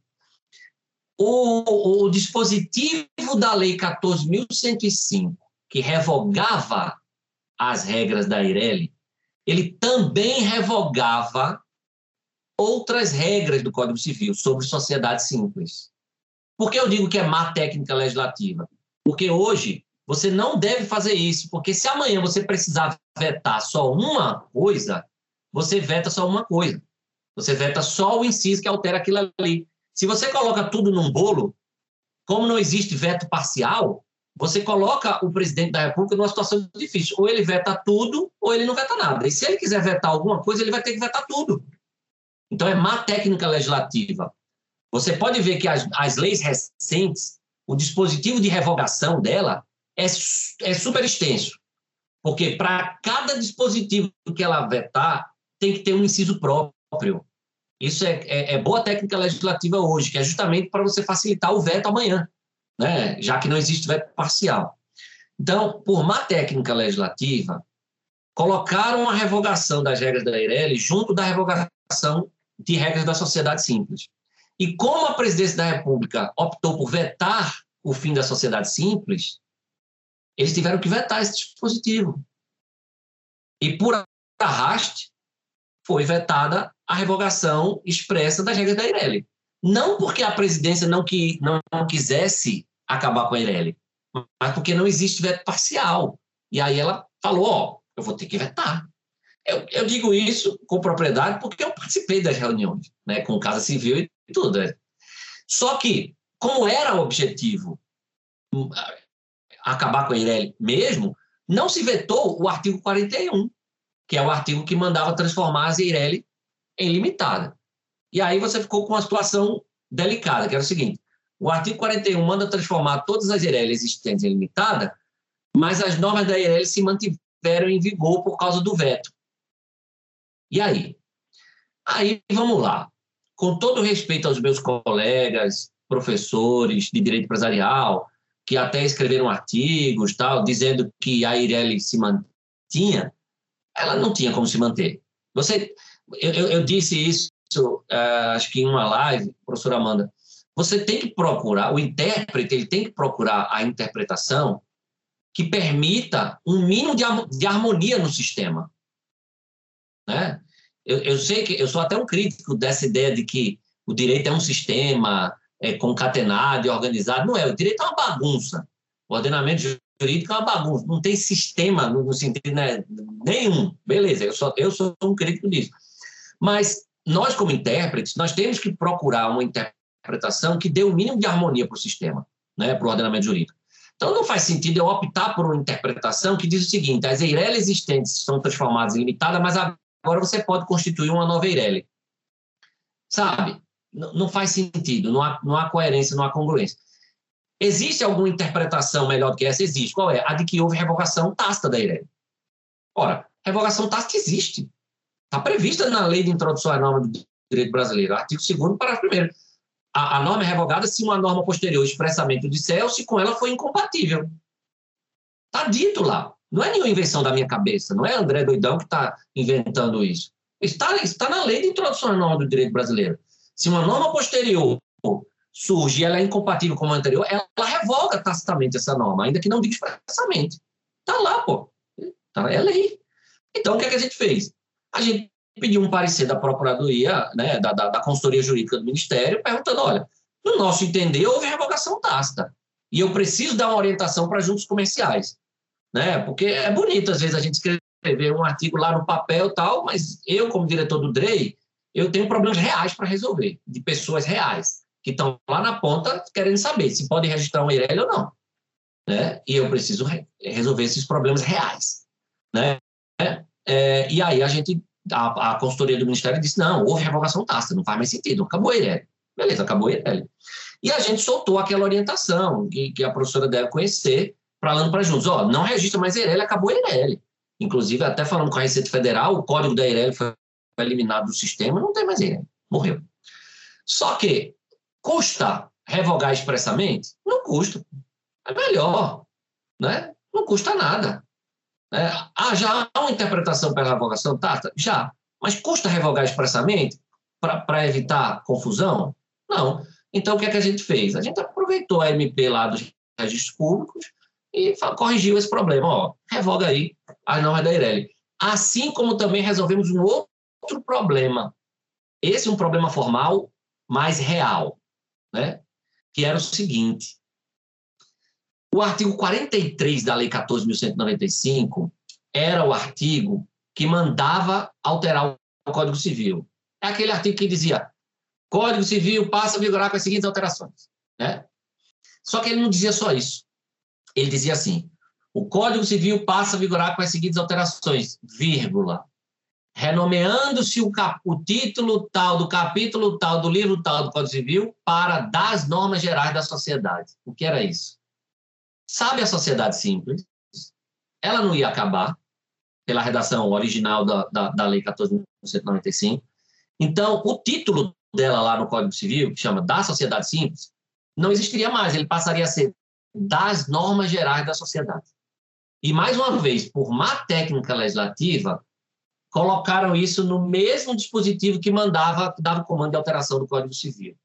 o dispositivo da Lei 14.105, que revogava as regras da Eireli, ele também revogava outras regras do Código Civil sobre sociedade simples. Por que eu digo que é má técnica legislativa? Porque hoje você não deve fazer isso, porque se amanhã você precisar vetar só uma coisa, você veta só uma coisa. Você veta só o inciso que altera aquilo ali. Se você coloca tudo num bolo, como não existe veto parcial, você coloca o presidente da República numa situação difícil. Ou ele veta tudo, ou ele não veta nada. E se ele quiser vetar alguma coisa, ele vai ter que vetar tudo. Então, é má técnica legislativa. Você pode ver que as leis recentes, o dispositivo de revogação dela é super extenso. Porque para cada dispositivo que ela vetar, tem que ter um inciso próprio. Isso é boa técnica legislativa hoje, que é justamente para você facilitar o veto amanhã, né? Já que não existe veto parcial. Então, por má técnica legislativa, colocaram a revogação das regras da Eireli junto da revogação de regras da sociedade simples. E como a presidência da República optou por vetar o fim da sociedade simples, eles tiveram que vetar esse dispositivo. E por arraste, foi vetada a revogação expressa das regras da Eireli. Não porque a presidência não quisesse acabar com a Eireli, mas porque não existe veto parcial. E aí ela falou, ó, eu vou ter que vetar. Eu digo isso com propriedade porque eu participei das reuniões, né, com Casa Civil e tudo. Né? Só que, como era o objetivo acabar com a Eireli mesmo, não se vetou o artigo 41, que é o artigo que mandava transformar a Eireli em limitada. E aí você ficou com uma situação delicada, que era o seguinte, o artigo 41 manda transformar todas as Eireli existentes em limitada, mas as normas da Eireli se mantiveram em vigor por causa do veto. E aí? Aí, vamos lá. Com todo respeito aos meus colegas, professores de direito empresarial, que até escreveram artigos, tal, dizendo que a Eireli se mantinha, ela não tinha como se manter. Eu disse isso, acho que em uma live, professora Amanda, você tem que procurar, o intérprete ele tem que procurar a interpretação que permita um mínimo de harmonia no sistema. Né? Eu sei que eu sou até um crítico dessa ideia de que o direito é um sistema concatenado e organizado. Não é, o direito é uma bagunça. O ordenamento jurídico é uma bagunça. Não tem sistema no sentido, né, nenhum. Beleza, eu sou um crítico disso. Mas nós, como intérpretes, nós temos que procurar uma interpretação que dê o mínimo de harmonia para o sistema, né, para o ordenamento jurídico. Então, não faz sentido eu optar por uma interpretação que diz o seguinte, as Eireli existentes são transformadas em limitadas, mas agora você pode constituir uma nova Eireli. Sabe? Não faz sentido, não há coerência, não há congruência. Existe alguma interpretação melhor do que essa? Existe. Qual é? A de que houve revogação tácita da Eireli. Ora, revogação tácita existe. Está prevista na Lei de Introdução à Norma do Direito Brasileiro, artigo 2º, parágrafo 1º. A norma é revogada se uma norma posterior expressamente o disser ou se com ela foi incompatível. Está dito lá. Não é nenhuma invenção da minha cabeça. Não é André Doidão que está inventando isso. Está na Lei de Introdução à Norma do Direito Brasileiro. Se uma norma posterior surge e ela é incompatível com a anterior, ela revoga tacitamente essa norma, ainda que não diga expressamente. Está lá, pô. É lei. Então, o que é que a gente fez? A gente pediu um parecer da Procuradoria, né, da Consultoria Jurídica do Ministério, perguntando, olha, no nosso entender, houve revogação tácita. E eu preciso dar uma orientação para juntos comerciais. Né? Porque é bonito, às vezes, a gente escrever um artigo lá no papel e tal, mas eu, como diretor do DREI, eu tenho problemas reais para resolver, de pessoas reais, que estão lá na ponta querendo saber se pode registrar um Eireli ou não. Né? E eu preciso resolver esses problemas reais. Né? E aí a consultoria do Ministério disse, não, houve revogação tácita, não faz mais sentido, acabou a Eireli. Beleza, acabou a Eireli. E a gente soltou aquela orientação que a professora deve conhecer, falando para juntos, não registra mais Eireli, acabou a Eireli. Inclusive, até falando com a Receita Federal, o código da Eireli foi eliminado do sistema, não tem mais Eireli, morreu. Só que custa revogar expressamente? Não custa. É melhor, né? Não custa nada. Né? Já há uma interpretação pela revogação tácita? Já. Mas custa revogar expressamente para evitar confusão? Não. Então, o que é que a gente fez? A gente aproveitou a MP lá dos registros públicos e corrigiu esse problema. Ó, revoga aí as normas da Eireli. Assim como também resolvemos um outro problema. Esse é um problema formal, mais real, né? Que era o seguinte: o artigo 43 da Lei 14.195 era o artigo que mandava alterar o Código Civil. É aquele artigo que dizia: Código Civil passa a vigorar com as seguintes alterações, né? Só que ele não dizia só isso. Ele dizia assim: o Código Civil passa a vigorar com as seguintes alterações, vírgula, renomeando-se o título tal, do capítulo tal, do livro tal do Código Civil para das normas gerais da sociedade. O que era isso? Sabe a sociedade simples? Ela não ia acabar pela redação original da Lei 14.195. Então, o título dela lá no Código Civil, que chama da sociedade simples, não existiria mais. Ele passaria a ser das normas gerais da sociedade. E, mais uma vez, por má técnica legislativa, colocaram isso no mesmo dispositivo que dava o comando de alteração do Código Civil.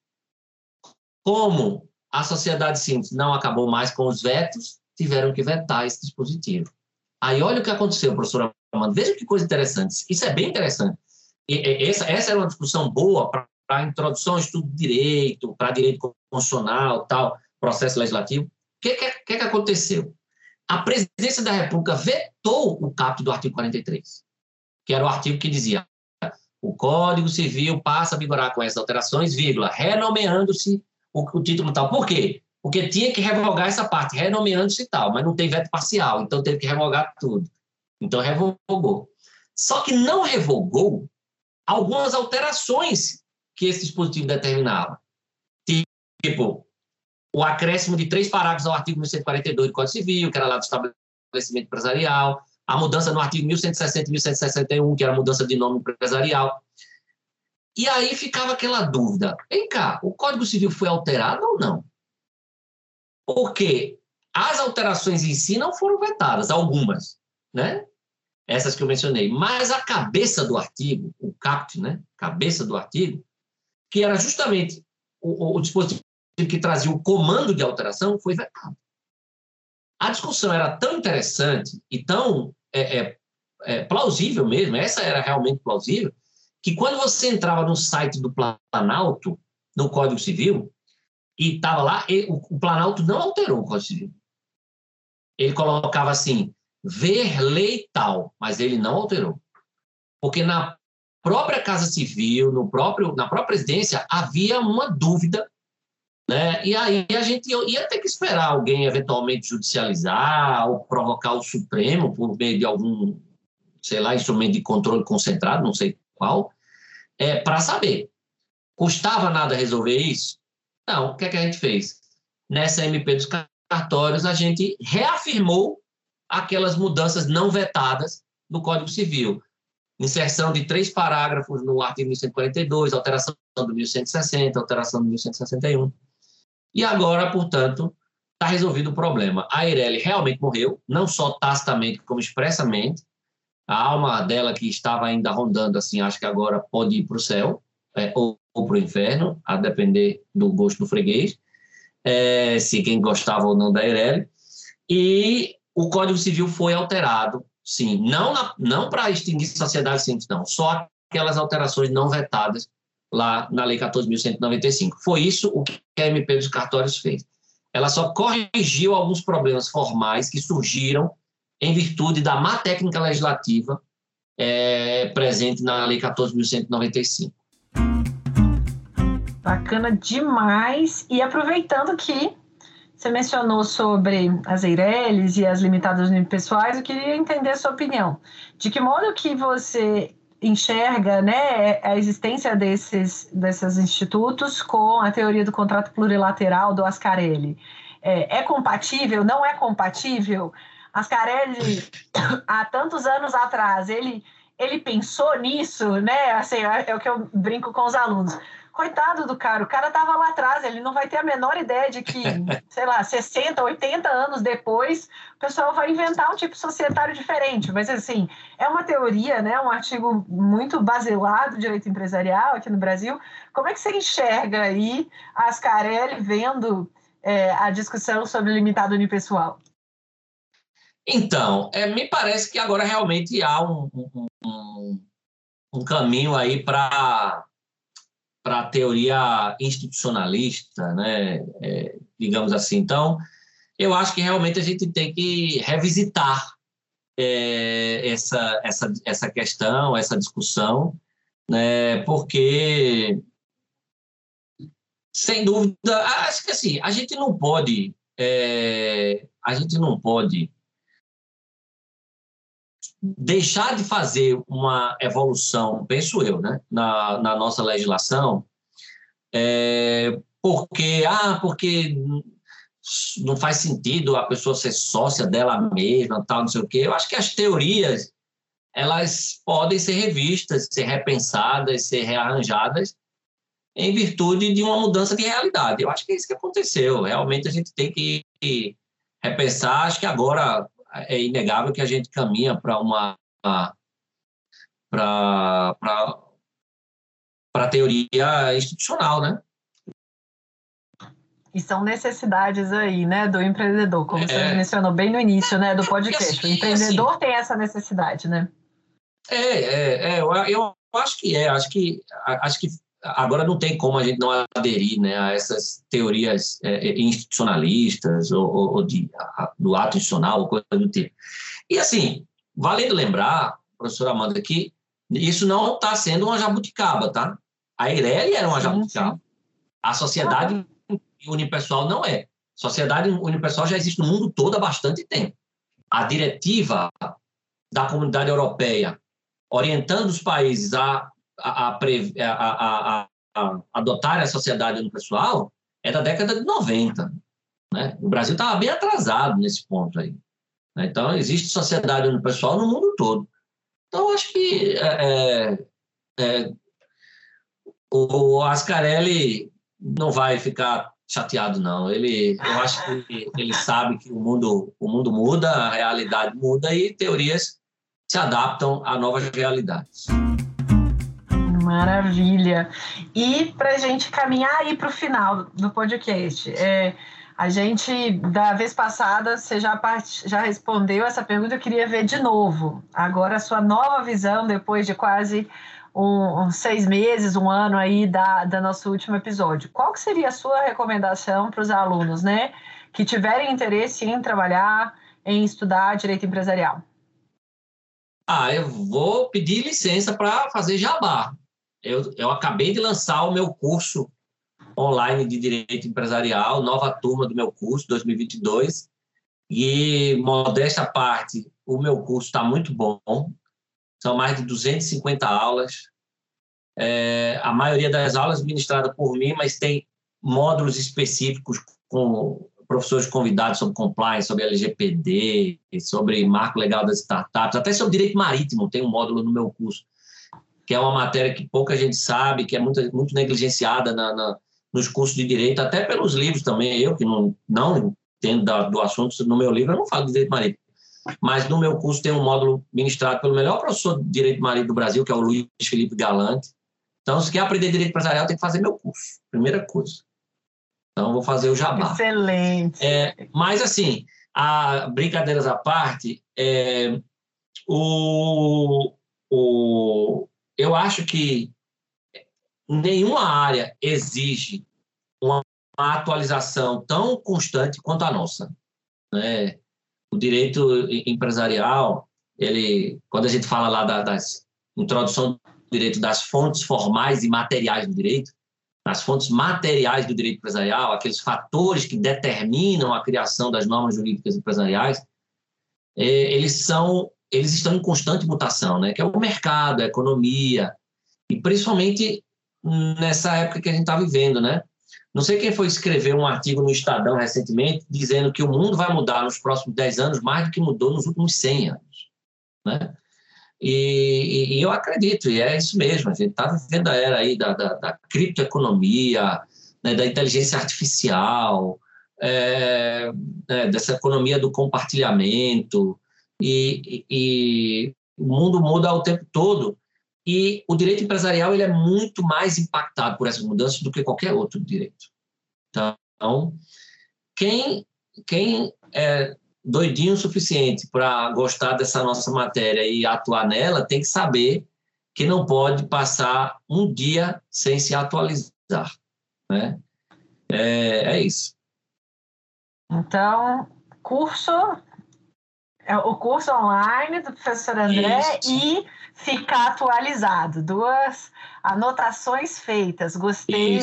Como a sociedade simples não acabou mais com os vetos, tiveram que vetar esse dispositivo. Aí olha o que aconteceu, professora Amanda. Veja que coisa interessante. Isso é bem interessante. Essa era uma discussão boa para a introdução ao estudo de direito, para direito constitucional, tal, processo legislativo. O que aconteceu? A Presidência da República vetou o caput do artigo 43, que era o artigo que dizia: o Código Civil passa a vigorar com essas alterações, vírgula, renomeando-se o título tal. Por quê? Porque tinha que revogar essa parte, renomeando-se tal, mas não tem veto parcial, então teve que revogar tudo. Então revogou. Só que não revogou algumas alterações que esse dispositivo determinava. Tipo, o acréscimo de 3 parágrafos ao artigo 1142 do Código Civil, que era lá do estabelecimento empresarial, a mudança no artigo 1160 e 1161, que era a mudança de nome empresarial. E aí ficava aquela dúvida: vem cá, o Código Civil foi alterado ou não? Porque as alterações em si não foram vetadas, algumas, né? Essas que eu mencionei. Mas a cabeça do artigo, o caput, né? Cabeça do artigo, que era justamente o dispositivo que trazia o comando de alteração, foi vetado. A discussão era tão interessante e tão plausível mesmo, essa era realmente plausível, que quando você entrava no site do Planalto, no Código Civil, e estava lá, o Planalto não alterou o Código Civil. Ele colocava assim: ver lei tal, mas ele não alterou. Porque na própria Casa Civil, na própria presidência, havia uma dúvida, né? E aí a gente ia ter que esperar alguém eventualmente judicializar ou provocar o Supremo por meio de algum, sei lá, instrumento de controle concentrado, não sei qual, para saber. Custava nada resolver isso? Não. O que é que a gente fez? Nessa MP dos cartórios, a gente reafirmou aquelas mudanças não vetadas no Código Civil. Inserção de 3 parágrafos no artigo 1142, alteração do 1160, alteração do 1161. E agora, portanto, está resolvido o problema. A Eireli realmente morreu, não só tacitamente, como expressamente. A alma dela, que estava ainda rondando, assim, acho que agora pode ir para o céu, ou para o inferno, a depender do gosto do freguês, se quem gostava ou não da Eireli. E o Código Civil foi alterado, sim, não para extinguir sociedade simples, não, só aquelas alterações não vetadas lá na Lei 14.195. Foi isso o que a MP dos cartórios fez. Ela só corrigiu alguns problemas formais que surgiram em virtude da má técnica legislativa presente na Lei 14.195. Bacana demais. E aproveitando que você mencionou sobre as Eirelis e as limitadas unipessoais, eu queria entender a sua opinião. De que modo que você enxerga, né, a existência desses institutos com a teoria do contrato plurilateral do Ascarelli? É compatível? Não é compatível? Ascarelli, há tantos anos atrás, ele pensou nisso, né? Assim, é o que eu brinco com os alunos. coitado do cara, o cara estava lá atrás, ele não vai ter a menor ideia de que, sei lá, 60, 80 anos depois, o pessoal vai inventar um tipo societário diferente. Mas, assim, é uma teoria, né? Um artigo muito basilar do direito empresarial aqui no Brasil. Como é que você enxerga aí a Ascarelli vendo a discussão sobre o limitado unipessoal? Então, me parece que agora realmente há um caminho aí para a teoria institucionalista, né? Digamos assim. Então, eu acho que realmente a gente tem que revisitar essa questão, essa discussão, né? Porque, sem dúvida, acho que assim, a gente não pode deixar de fazer uma evolução, penso eu, né, na nossa legislação, porque não faz sentido a pessoa ser sócia dela mesma, tal, não sei o quê. Eu acho que as teorias elas podem ser revistas, ser repensadas, ser rearranjadas em virtude de uma mudança de realidade. Eu acho que é isso que aconteceu. Realmente a gente tem que repensar. Acho que agora é inegável que a gente caminha para a teoria institucional, né? E são necessidades aí, né, do empreendedor, como você mencionou bem no início, né, do podcast. O empreendedor tem essa necessidade, né? Eu acho que acho que agora não tem como a gente não aderir, né, a essas teorias institucionalistas ou do ato institucional, ou coisa do tipo. E, assim, vale lembrar, professora Amanda, que isso não está sendo uma jabuticaba, tá? A Eireli era uma jabuticaba. Sim. A sociedade unipessoal não é. Sociedade unipessoal já existe no mundo todo há bastante tempo. A diretiva da Comunidade Europeia orientando os países a adotarem a sociedade unipessoal é da década de 90. Né? O Brasil estava bem atrasado nesse ponto aí. Então, existe sociedade unipessoal no mundo todo. Então, acho que o Ascarelli não vai ficar chateado, não. Eu acho que ele sabe que o mundo muda, a realidade muda e teorias se adaptam a novas realidades. Maravilha. E para a gente caminhar aí para o final do podcast, a gente, da vez passada, você já respondeu essa pergunta, eu queria ver de novo. Agora, a sua nova visão, depois de quase 6 meses, 1 ano aí da nosso último episódio. Qual que seria a sua recomendação para os alunos, né, que tiverem interesse em trabalhar, em estudar direito empresarial? Eu vou pedir licença para fazer jabá. Eu acabei de lançar o meu curso online de Direito Empresarial, nova turma do meu curso, 2022, e, modéstia à parte, o meu curso está muito bom, são mais de 250 aulas, a maioria das aulas ministrada por mim, mas tem módulos específicos com professores convidados sobre compliance, sobre LGPD, sobre marco legal das startups, até sobre direito marítimo, tem um módulo no meu curso, que é uma matéria que pouca gente sabe, que é muito negligenciada nos cursos de direito, até pelos livros também. Eu, que não entendo do assunto, no meu livro eu não falo de direito marítimo, mas no meu curso tem um módulo ministrado pelo melhor professor de direito marítimo do Brasil, que é o Luiz Felipe Galante. Então, se quer aprender direito empresarial, tem que fazer meu curso, primeira coisa. Então, vou fazer o jabá. Excelente. Mas, assim, brincadeiras à parte, eu acho que nenhuma área exige uma atualização tão constante quanto a nossa. Né? O direito empresarial, quando a gente fala lá da introdução do direito, das fontes formais e materiais do direito, as fontes materiais do direito empresarial, aqueles fatores que determinam a criação das normas jurídicas empresariais, eles estão em constante mutação, né? Que é o mercado, a economia, e principalmente nessa época que a gente está vivendo, né? Não sei quem foi escrever um artigo no Estadão recentemente dizendo que o mundo vai mudar nos próximos 10 anos mais do que mudou nos últimos 100 anos, né? E eu acredito, e é isso mesmo, a gente está vivendo a era aí da criptoeconomia, né, da inteligência artificial, dessa economia do compartilhamento, e o mundo muda o tempo todo, e o direito empresarial ele é muito mais impactado por essas mudanças do que qualquer outro direito. Então, quem é doidinho o suficiente para gostar dessa nossa matéria e atuar nela, tem que saber que não pode passar um dia sem se atualizar, né? É isso. Então, o curso online do professor André e ficar atualizado. 2 anotações feitas. Gostei.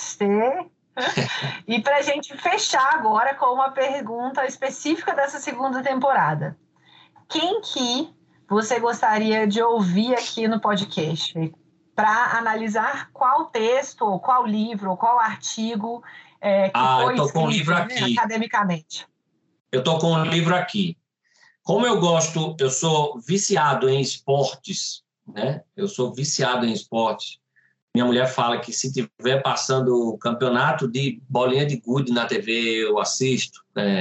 E para a gente fechar agora com uma pergunta específica dessa segunda temporada. Quem que você gostaria de ouvir aqui no podcast para analisar qual texto, ou qual livro, ou qual artigo que foi escrito, com um livro aqui, academicamente? Eu estou com um livro aqui. Como eu sou viciado em esportes, né? Eu sou viciado em esportes. Minha mulher fala que se estiver passando o campeonato de bolinha de gude na TV, eu assisto.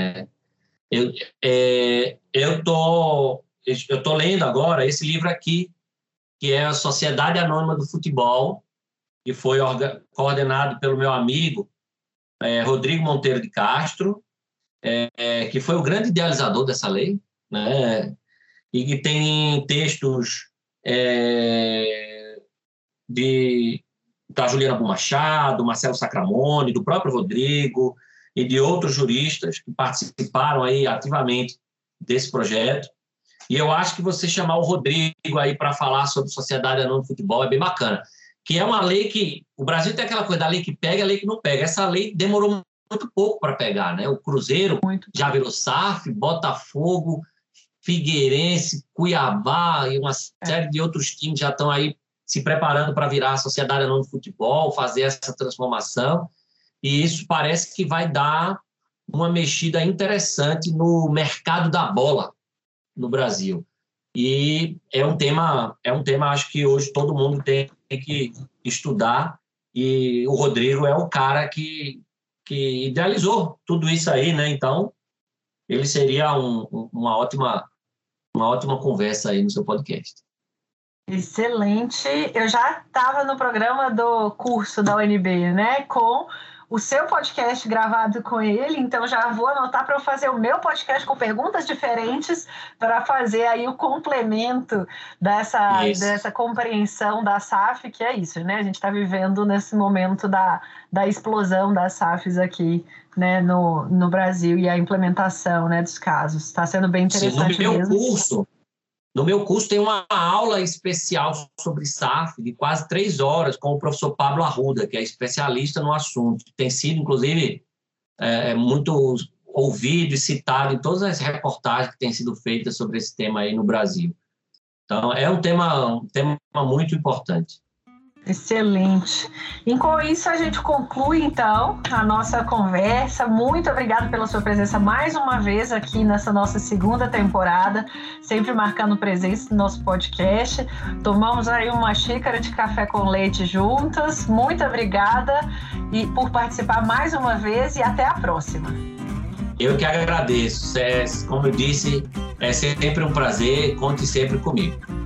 Eu tô lendo agora esse livro aqui, que é a Sociedade Anônima do Futebol, que foi coordenado pelo meu amigo Rodrigo Monteiro de Castro, que foi o grande idealizador dessa lei, né? E que tem textos da Juliana Machado, Marcelo Sacramone, do próprio Rodrigo e de outros juristas que participaram aí ativamente desse projeto. E eu acho que você chamar o Rodrigo aí para falar sobre Sociedade Anônima de Futebol é bem bacana, que é uma lei que o Brasil tem aquela coisa da lei que pega e a lei que não pega. Essa lei demorou muito pouco para pegar, né? O Cruzeiro já virou SAF, Botafogo, Figueirense, Cuiabá e uma série de outros times já estão aí se preparando para virar a Sociedade Anônima de Futebol, fazer essa transformação, e isso parece que vai dar uma mexida interessante no mercado da bola no Brasil. E é um tema, acho que hoje todo mundo tem que estudar, e o Rodrigo é o cara que idealizou tudo isso aí, né? Então, ele seria uma ótima conversa aí no seu podcast. Excelente. Eu já estava no programa do curso da UNB, né, com o seu podcast gravado com ele, então já vou anotar para eu fazer o meu podcast com perguntas diferentes para fazer aí o complemento dessa compreensão da SAF, que é isso, né? A gente está vivendo nesse momento da explosão das SAFs aqui, né, no Brasil, e a implementação, né, dos casos. Está sendo bem interessante. Sim, no meu curso tem uma aula especial sobre SAF de quase 3 horas com o professor Pablo Arruda, que é especialista no assunto. Tem sido, inclusive, muito ouvido e citado em todas as reportagens que têm sido feitas sobre esse tema aí no Brasil. Então, é um tema muito importante. Excelente. E com isso a gente conclui, então, a nossa conversa. Muito obrigada pela sua presença mais uma vez aqui nessa nossa segunda temporada, sempre marcando presença no nosso podcast. Tomamos aí uma xícara de café com leite juntas. Muito obrigada por participar mais uma vez e até a próxima. Eu que agradeço. Como eu disse, é sempre um prazer. Conte sempre comigo.